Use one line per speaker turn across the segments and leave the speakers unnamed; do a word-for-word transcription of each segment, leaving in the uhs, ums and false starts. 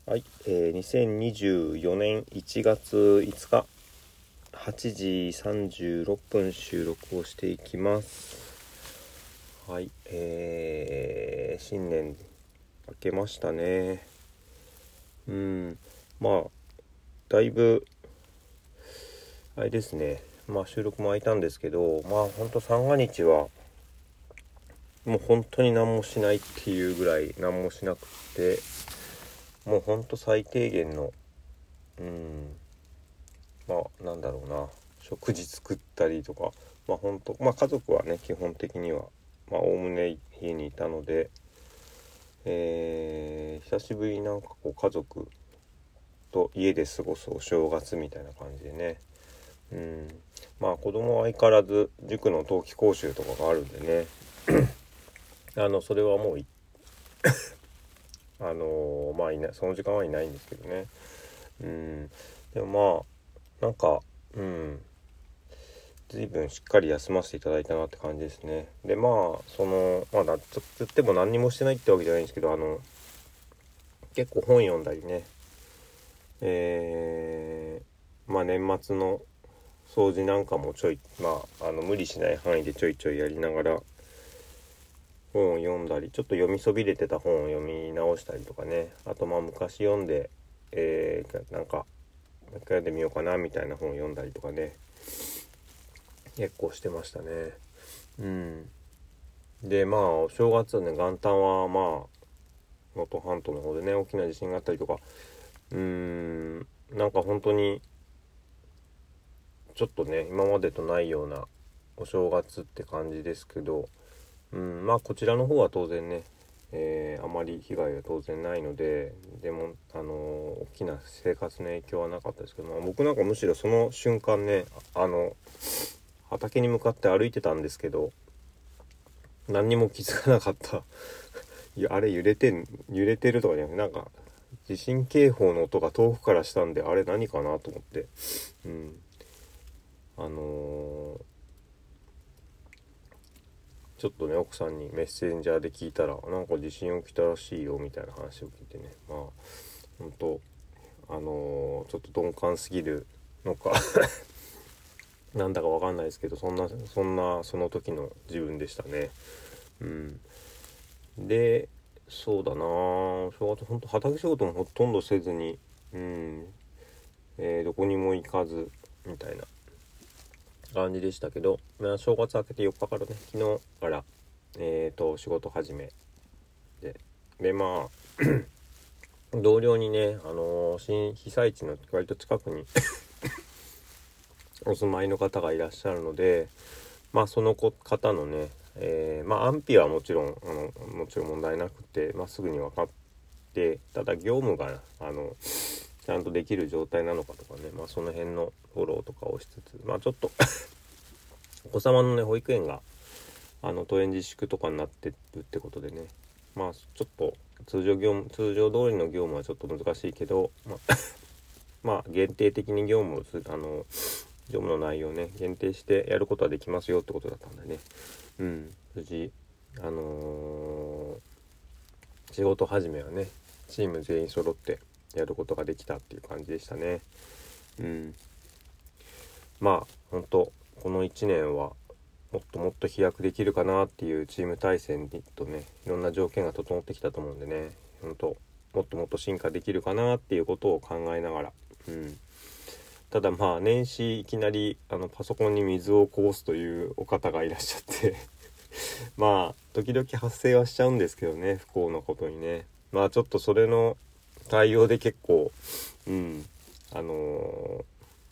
はい、えー、にせんにじゅうよねんいちがついつかはちじさんじゅうろっぷん収録をしていきます。はい、えー、新年明けましたね。うん、まあだいぶあれですね。まあ収録も空いたんですけど、まあほんと三が日はもう本当に何もしないっていうぐらい何もしなくて、もうほんと最低限のうんまあなんだろうな、食事作ったりとか、まあ本当まあ家族はね基本的にはまあおおむね家にいたので、えー、久しぶりになんかこう家族と家で過ごすお正月みたいな感じでね、うんまあ子供は相変わらず塾の冬季講習とかがあるんでねあのそれはもうあのー、まあいないその時間はいないんですけどね。うんでもまあなんかうん随分しっかり休ませていただいたなって感じですね。でまあそのまあなつつっても何にもしてないってわけじゃないんですけど、あの結構本読んだりね、えー、まあ年末の掃除なんかもちょいまああの無理しない範囲でちょいちょいやりながら本を読んだり、ちょっと読みそびれてた本を読み直したりとかね、あとまあ昔読んで、えー、なんかもう一回読んでみようかなみたいな本を読んだりとかね、結構してましたね。うんでまあお正月はね、元旦はまあ能登半島の方でね大きな地震があったりとか、うーんなんか本当にちょっとね今までとないようなお正月って感じですけど、うんまあこちらの方は当然ね、えー、あまり被害は当然ないので、でもあのー、大きな生活の影響はなかったですけど、まあ、僕なんかむしろその瞬間ね、あの畑に向かって歩いてたんですけど、何にも気づかなかったいやあれ揺れてん揺れてるとかじゃなくて、なんか地震警報の音が遠くからしたんで、あれ何かなと思って、うんあのー、ちょっとね奥さんにメッセンジャーで聞いたら、なんか地震起きたらしいよみたいな話を聞いてね、まあ本当あのー、ちょっと鈍感すぎるのかなんだかわかんないですけど、そんなそんなその時の自分でしたね。うんでそうだな、正月ほんと畑仕事もほとんどせずに、うんえー、どこにも行かずみたいな感じでしたけど、まあ、正月明けてよっかからね、昨日からえーと仕事始めで、でまあ同僚にね、あのー、新被災地の割と近くにお住まいの方がいらっしゃるので、まあその方のね、えー、まあ安否はもちろんあのもちろん問題なくて、まあ、すぐに分かって、ただ業務があのちゃんとできる状態なのかとかね、まあその辺のフォローとかをしつつ、まあちょっとお子様のね保育園があの登園自粛とかになってるってことでね、まあちょっと通常業務通常通りの業務はちょっと難しいけど、まあ、まあ限定的に業務をすあの業務の内容をね限定してやることはできますよってことだったんでね、うん無事あのー、仕事始めはねチーム全員揃ってやることができたっていう感じでしたね。うんまあ本当このいちねんはもっともっと飛躍できるかなっていうチーム体制とね、いろんな条件が整ってきたと思うんでね、本当もっともっと進化できるかなっていうことを考えながら、うんただまあ年始いきなりあのパソコンに水をこぼすというお方がいらっしゃってまあ時々発生はしちゃうんですけどね、不幸なことにね、まあちょっとそれの対応で結構うんあのー、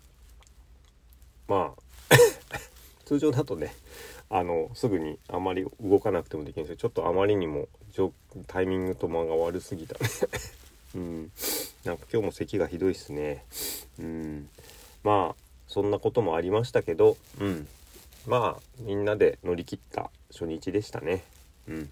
まあ通常だとねあのすぐにあまり動かなくてもできるんですけど、ちょっとあまりにもタイミングと間が悪すぎたねうんなんか今日も咳がひどいっすね。うんまあそんなこともありましたけど、うんまあみんなで乗り切った初日でしたね。うん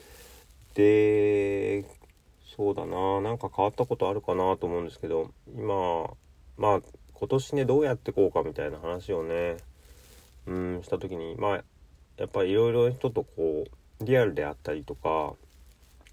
でそうだな、なんか変わったことあるかなと思うんですけど、今まあ今年ねどうやってこうかみたいな話をねうんした時に、まあやっぱりいろいろ人とこうリアルであったりとか、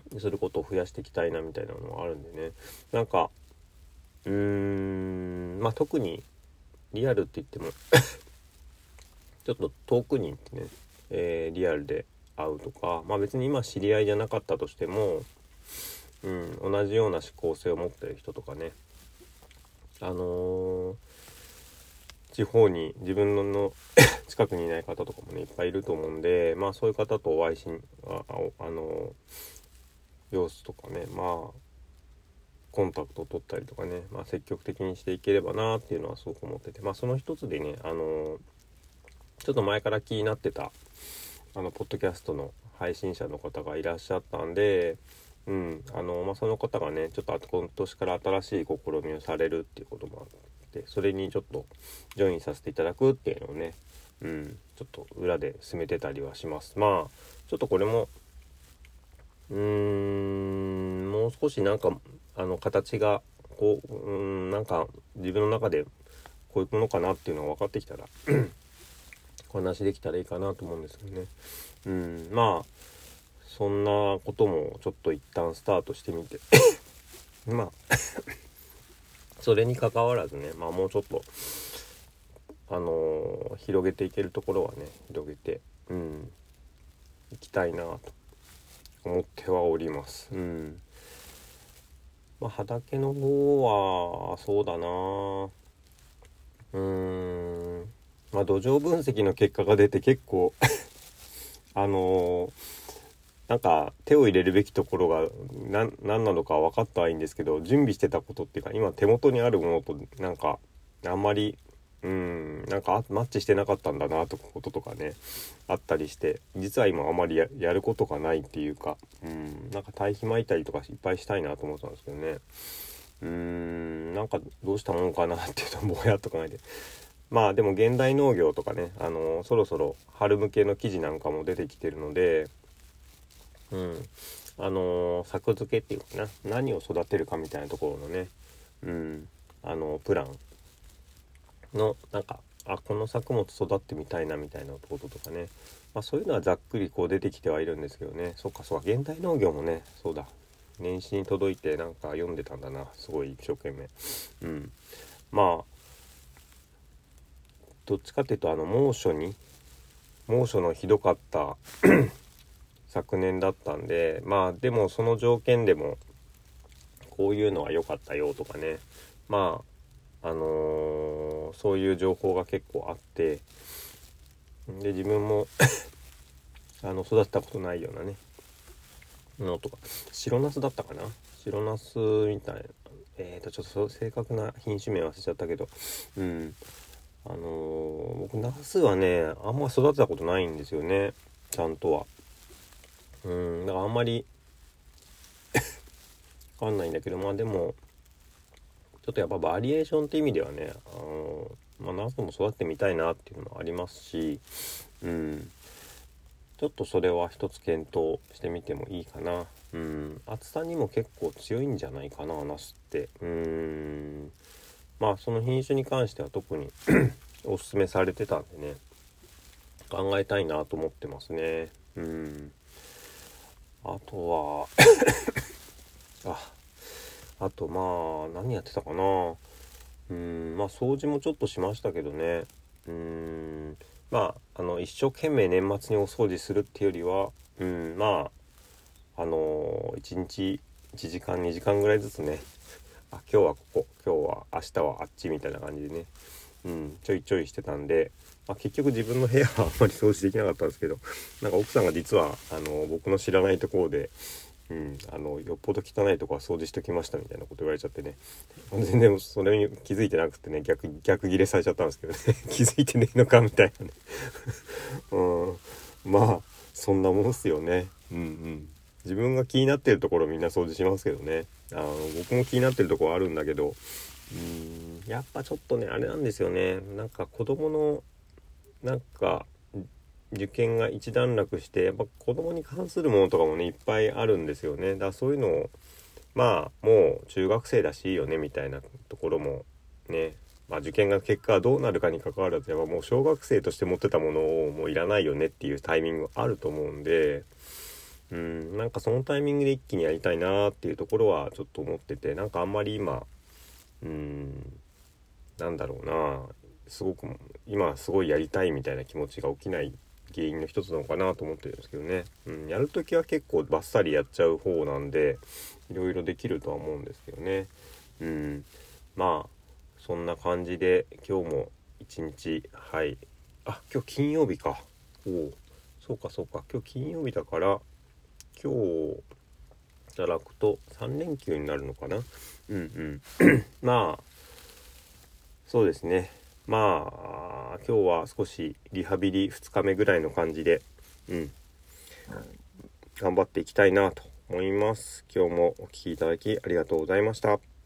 することを増やしていきたいなみたいなのがあるんでね、なんかうーんまあ特にリアルって言ってもちょっと遠くに行ってね、えー、リアルで会うとか、まあ別に今知り合いじゃなかったとしても、うん、同じような思考性を持ってる人とかね、あのー、地方に自分の近くにいない方とかもねいっぱいいると思うんで、まあそういう方とお会いしにああ、あのー、様子とかね、まあコンタクトを取ったりとかね、まあ、積極的にしていければなっていうのはすごく思ってて、まあその一つでね、あのー、ちょっと前から気になってたあのポッドキャストの配信者の方がいらっしゃったんで、うん、あのまあその方がねちょっと今年から新しい試みをされるっていうこともあって、それにちょっとジョインさせていただくっていうのをね、うん、ちょっと裏で進めてたりはします。まあちょっとこれもうーんもう少しなんかあの形がこう、うん、なんか自分の中でこういうものかなっていうのが分かってきたらお話できたらいいかなと思うんですけどね。うん、まあそんなこともちょっと一旦スタートしてみてまあそれに関わらずね、まあもうちょっとあのー、広げていけるところはね広げて、うん、いきたいなと思ってはおります。うん。まあ畑の方はそうだな、うーん、まあ土壌分析の結果が出て結構あのー、なんか手を入れるべきところが何なのか分かったはいいんですけど、準備してたことっていうか今手元にあるものとなんかあんまりうーんなんかマッチしてなかったんだなとかこととかねあったりして、実は今あまり や, やることがないっていうか、うんなんか堆肥撒いたりとかいっぱいしたいなと思ってたんですけどね、うーんなんかどうしたもんかなっていうとぼやっと考えて、まあでも現代農業とかね、あのー、そろそろ春向けの記事なんかも出てきてるので、うんあのー、作付けっていうかな、何を育てるかみたいなところのね、うんあのー、プランのなんかあこの作物育ってみたいなみたいなこととかね、まあ、そういうのはざっくりこう出てきてはいるんですけどね。そっかそうか現代農業もねそうだ年始に届いてなんか読んでたんだな、すごい一生懸命。うんまあどっちかっていうとあの猛暑に猛暑のひどかった昨年だったんで、まあでもその条件でもこういうのは良かったよとかね、まああのー、そういう情報が結構あって、で自分もあの育てたことないようなねのとか、白ナスだったかな、白ナスみたいな、えーとちょっと正確な品種名忘れちゃったけど、うんあのー、僕ナスはねあんま育てたことないんですよね、ちゃんとは。うんだからあんまりわかんないんだけど、まあでもちょっとやっぱバリエーションって意味ではね、あのー、まあナスも育ってみたいなっていうのもありますし、うんちょっとそれは一つ検討してみてもいいかな。うん暑さにも結構強いんじゃないかなナスって。うーんまあその品種に関しては特におすすめされてたんでね考えたいなと思ってますね。うんあとはああとまあ何やってたかな、うんまあ掃除もちょっとしましたけどね、うんまああの一生懸命年末にお掃除するっていうよりは、うんまああのー、いちにちいちじかんにじかんぐらいずつね、あ今日はここ今日は明日はあっちみたいな感じでね、うん、ちょいちょいしてたんで、まあ、結局自分の部屋はあんまり掃除できなかったんですけど、なんか奥さんが実はあの僕の知らないところで、うん、あのよっぽど汚いとこは掃除しときましたみたいなこと言われちゃってね、全然それに気づいてなくてね、逆逆ギレされちゃったんですけどね気づいてねえのかみたいなねうん、まあそんなもんっすよね。うんうん自分が気になってるところみんな掃除しますけどね、あの僕も気になってるところあるんだけど、うーんやっぱちょっとねあれなんですよね、なんか子供のなんか受験が一段落してやっぱ子供に関するものとかもねいっぱいあるんですよね。だからそういうのをまあもう中学生だしいいよねみたいなところもね、まあ受験が結果はどうなるかに関わらずやっぱもう小学生として持ってたものをもういらないよねっていうタイミングあると思うんで、 うん、なんかそのタイミングで一気にやりたいなっていうところはちょっと思ってて、なんかあんまり今うんなんだろうなすごく今すごいやりたいみたいな気持ちが起きない原因の一つなのかなと思ってるんですけどね、うん、やるときは結構バッサリやっちゃう方なんでいろいろできるとは思うんですけどね。うん、まあそんな感じで今日も一日、はいあ今日金曜日か、おおそうかそうか今日金曜日だから今日いただくとさん連休になるのかな。うんうんまあそうですね。まあ今日は少しリハビリふつかめぐらいの感じで、うん、頑張っていきたいなと思います。今日もお聞きいただきありがとうございました。